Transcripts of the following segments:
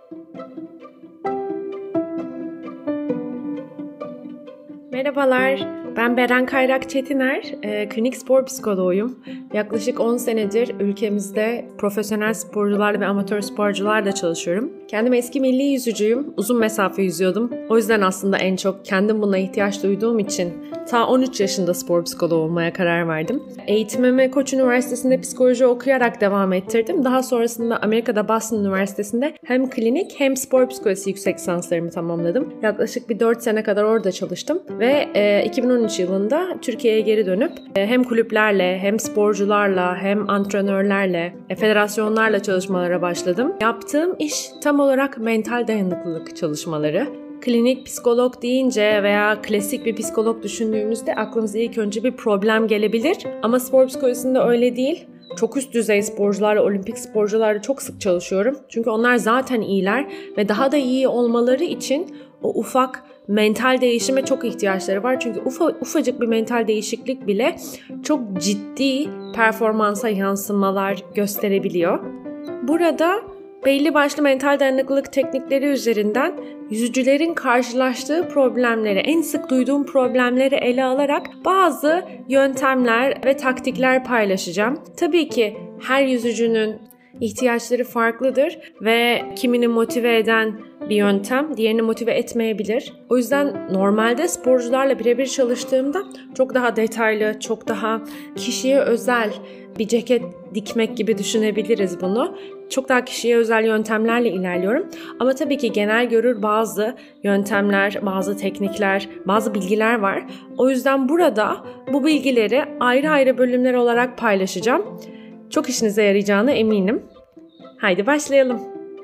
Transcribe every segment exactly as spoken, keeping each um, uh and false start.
Merhabalar, ben Beren Kayrak Çetiner, e, klinik spor psikoloğuyum. Yaklaşık on senedir ülkemizde profesyonel sporcularla ve amatör sporcularla çalışıyorum. Kendim eski milli yüzücüyüm, uzun mesafe yüzüyordum. O yüzden aslında en çok kendim buna ihtiyaç duyduğum için ta on üç yaşında spor psikoloğu olmaya karar verdim. Eğitimimi Koç Üniversitesi'nde psikoloji okuyarak devam ettirdim. Daha sonrasında Amerika'da Boston Üniversitesi'nde hem klinik hem spor psikolojisi yüksek lisanslarımı tamamladım. Yaklaşık bir dört sene kadar orada çalıştım ve e, iki bin on üç yılında Türkiye'ye geri dönüp e, hem kulüplerle hem sporcularla hem antrenörlerle, e, federasyonlarla çalışmalara başladım. Yaptığım iş tam olarak mental dayanıklılık çalışmaları. Klinik psikolog deyince veya klasik bir psikolog düşündüğümüzde aklımıza ilk önce bir problem gelebilir. Ama spor psikolojisinde öyle değil. Çok üst düzey sporcularla, olimpik sporcularla çok sık çalışıyorum. Çünkü onlar zaten iyiler ve daha da iyi olmaları için o ufak mental değişime çok ihtiyaçları var. Çünkü ufa, ufacık bir mental değişiklik bile çok ciddi performansa yansımalar gösterebiliyor. Burada belli başlı mental dayanıklılık teknikleri üzerinden yüzücülerin karşılaştığı problemleri, en sık duyduğum problemleri ele alarak bazı yöntemler ve taktikler paylaşacağım. Tabii ki her yüzücünün ihtiyaçları farklıdır ve kimini motive eden bir yöntem diğerini motive etmeyebilir. O yüzden normalde sporcularla birebir çalıştığımda çok daha detaylı, çok daha kişiye özel bir ceket dikmek gibi düşünebiliriz bunu. Çok daha kişiye özel yöntemlerle ilerliyorum. Ama tabii ki genel görür bazı yöntemler, bazı teknikler, bazı bilgiler var. O yüzden burada bu bilgileri ayrı ayrı bölümler olarak paylaşacağım. Çok işinize yarayacağına eminim. Haydi başlayalım.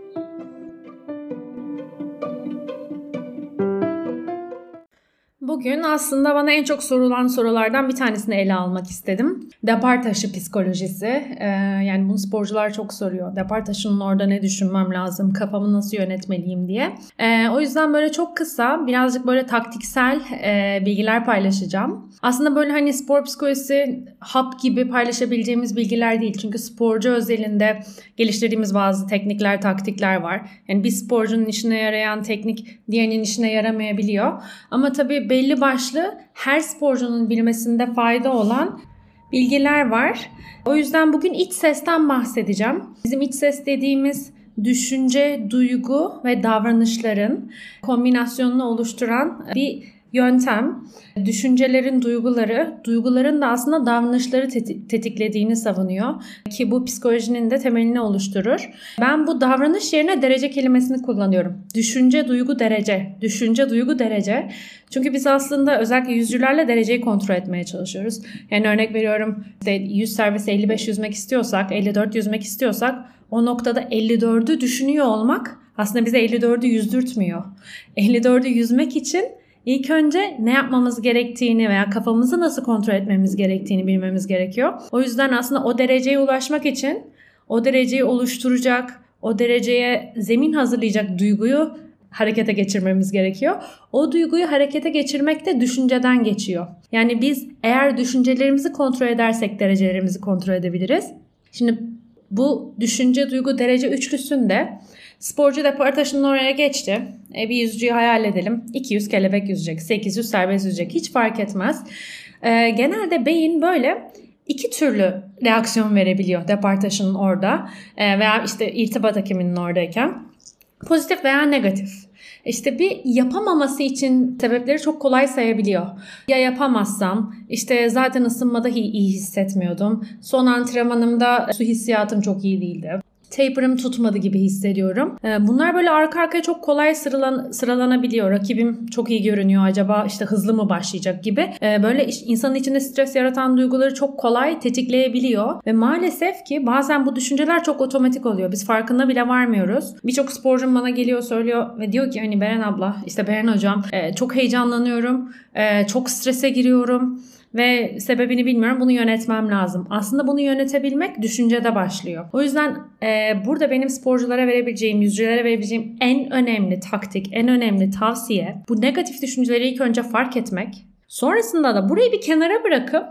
Bugün aslında bana en çok sorulan sorulardan bir tanesini ele almak istedim. Depar taşı psikolojisi. Ee, yani bunu sporcular çok soruyor. Depar taşının orada ne düşünmem lazım, kafamı nasıl yönetmeliyim diye. Ee, o yüzden böyle çok kısa, birazcık böyle taktiksel e, bilgiler paylaşacağım. Aslında böyle hani spor psikolojisi hap gibi paylaşabileceğimiz bilgiler değil. Çünkü sporcu özelinde geliştirdiğimiz bazı teknikler, taktikler var. Yani bir sporcunun işine yarayan teknik diğerinin işine yaramayabiliyor. Ama tabii belli başlı her sporcunun bilmesinde fayda olan bilgiler var. O yüzden bugün iç sesten bahsedeceğim. Bizim iç ses dediğimiz düşünce, duygu ve davranışların kombinasyonunu oluşturan bir yöntem. Düşüncelerin duyguları, duyguların da aslında davranışları tetiklediğini savunuyor ki bu psikolojinin de temelini oluşturur. Ben bu davranış yerine derece kelimesini kullanıyorum. Düşünce, duygu, derece. Düşünce, duygu, derece. Çünkü biz aslında özellikle yüzücülerle dereceyi kontrol etmeye çalışıyoruz. Yani örnek veriyorum, işte yüz serbest elli beş yüzmek istiyorsak, elli dört yüzmek istiyorsak o noktada elli dördü düşünüyor olmak aslında bize elli dördü yüzdürtmüyor. elli dördü yüzmek için İlk önce ne yapmamız gerektiğini veya kafamızı nasıl kontrol etmemiz gerektiğini bilmemiz gerekiyor. O yüzden aslında o dereceye ulaşmak için o dereceyi oluşturacak, o dereceye zemin hazırlayacak duyguyu harekete geçirmemiz gerekiyor. O duyguyu harekete geçirmek de düşünceden geçiyor. Yani biz eğer düşüncelerimizi kontrol edersek derecelerimizi kontrol edebiliriz. Şimdi bu düşünce, duygu, derece üçlüsünde sporcu depar taşının oraya geçti. E, bir yüzücüyü hayal edelim. iki yüz kelebek yüzecek, sekiz yüz serbest yüzecek. Hiç fark etmez. E, genelde beyin böyle iki türlü reaksiyon verebiliyor depar taşının orada e, veya işte irtibat hakeminin oradayken. Pozitif veya negatif. İşte bir yapamaması için sebepleri çok kolay sayabiliyor. Ya yapamazsam, işte zaten ısınmada iyi hissetmiyordum. Son antrenmanımda su hissiyatım çok iyi değildi. Taper'ım tutmadı gibi hissediyorum. Bunlar böyle arka arkaya çok kolay sıralan, sıralanabiliyor. Rakibim çok iyi görünüyor. Acaba işte hızlı mı başlayacak gibi. Böyle insanın içinde stres yaratan duyguları çok kolay tetikleyebiliyor. Ve maalesef ki bazen bu düşünceler çok otomatik oluyor. Biz farkında bile varmıyoruz. Birçok sporcum bana geliyor söylüyor ve diyor ki hani Beren abla, işte Beren hocam çok heyecanlanıyorum. Çok strese giriyorum. Ve sebebini bilmiyorum. Bunu yönetmem lazım. Aslında bunu yönetebilmek düşüncede başlıyor. O yüzden e, burada benim sporculara verebileceğim, yüzücülere verebileceğim en önemli taktik, en önemli tavsiye bu negatif düşünceleri ilk önce fark etmek. Sonrasında da burayı bir kenara bırakıp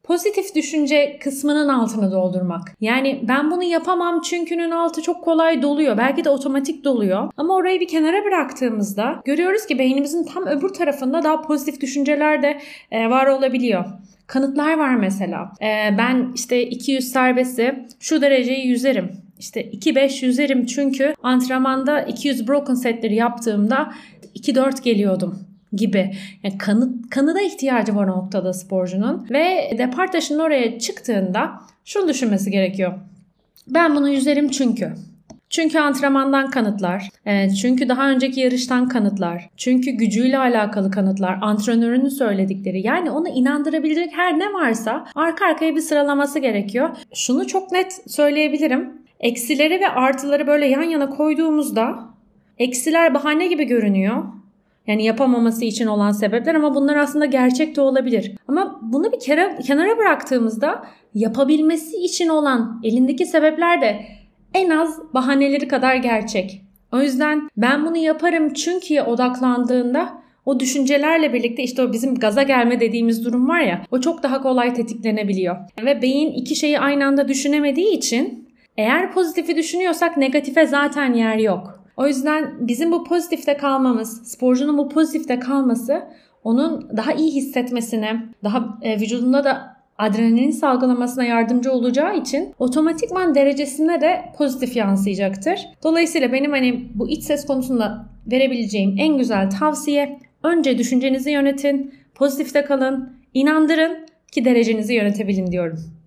Pozitif düşünce kısmının altını doldurmak. Yani ben bunu yapamam çünkü'nün altı çok kolay doluyor. Belki de otomatik doluyor. Ama orayı bir kenara bıraktığımızda görüyoruz ki beynimizin tam öbür tarafında daha pozitif düşünceler de e, var olabiliyor. Kanıtlar var mesela. E, ben işte iki yüz serbesti şu dereceyi yüzerim. İşte iki beş yüzerim çünkü antrenmanda iki yüz broken setleri yaptığımda iki dört geliyordum gibi. Yani kanıt, kanıda ihtiyacı var o noktada sporcunun. Ve depar taşının oraya çıktığında şunu düşünmesi gerekiyor. Ben bunu yüzerim çünkü. Çünkü antrenmandan kanıtlar, çünkü daha önceki yarıştan kanıtlar, çünkü gücüyle alakalı kanıtlar, antrenörünün söyledikleri, yani onu inandırabilecek her ne varsa arka arkaya bir sıralaması gerekiyor. Şunu çok net söyleyebilirim. Eksileri ve artıları böyle yan yana koyduğumuzda eksiler bahane gibi görünüyor. Yani yapamaması için olan sebepler ama bunlar aslında gerçek de olabilir. Ama bunu bir kere kenara bıraktığımızda yapabilmesi için olan elindeki sebepler de en az bahaneleri kadar gerçek. O yüzden ben bunu yaparım çünkü'ye odaklandığında o düşüncelerle birlikte işte o bizim gaza gelme dediğimiz durum var ya, o çok daha kolay tetiklenebiliyor. Ve beyin iki şeyi aynı anda düşünemediği için eğer pozitifi düşünüyorsak negatife zaten yer yok. O yüzden bizim bu pozitifte kalmamız, sporcunun bu pozitifte kalması onun daha iyi hissetmesine, daha e, vücudunda da adrenalin salgılamasına yardımcı olacağı için otomatikman derecesine de pozitif yansıyacaktır. Dolayısıyla benim hani bu iç ses konusunda verebileceğim en güzel tavsiye, önce düşüncenizi yönetin, pozitifte kalın, inandırın ki derecenizi yönetebilin diyorum.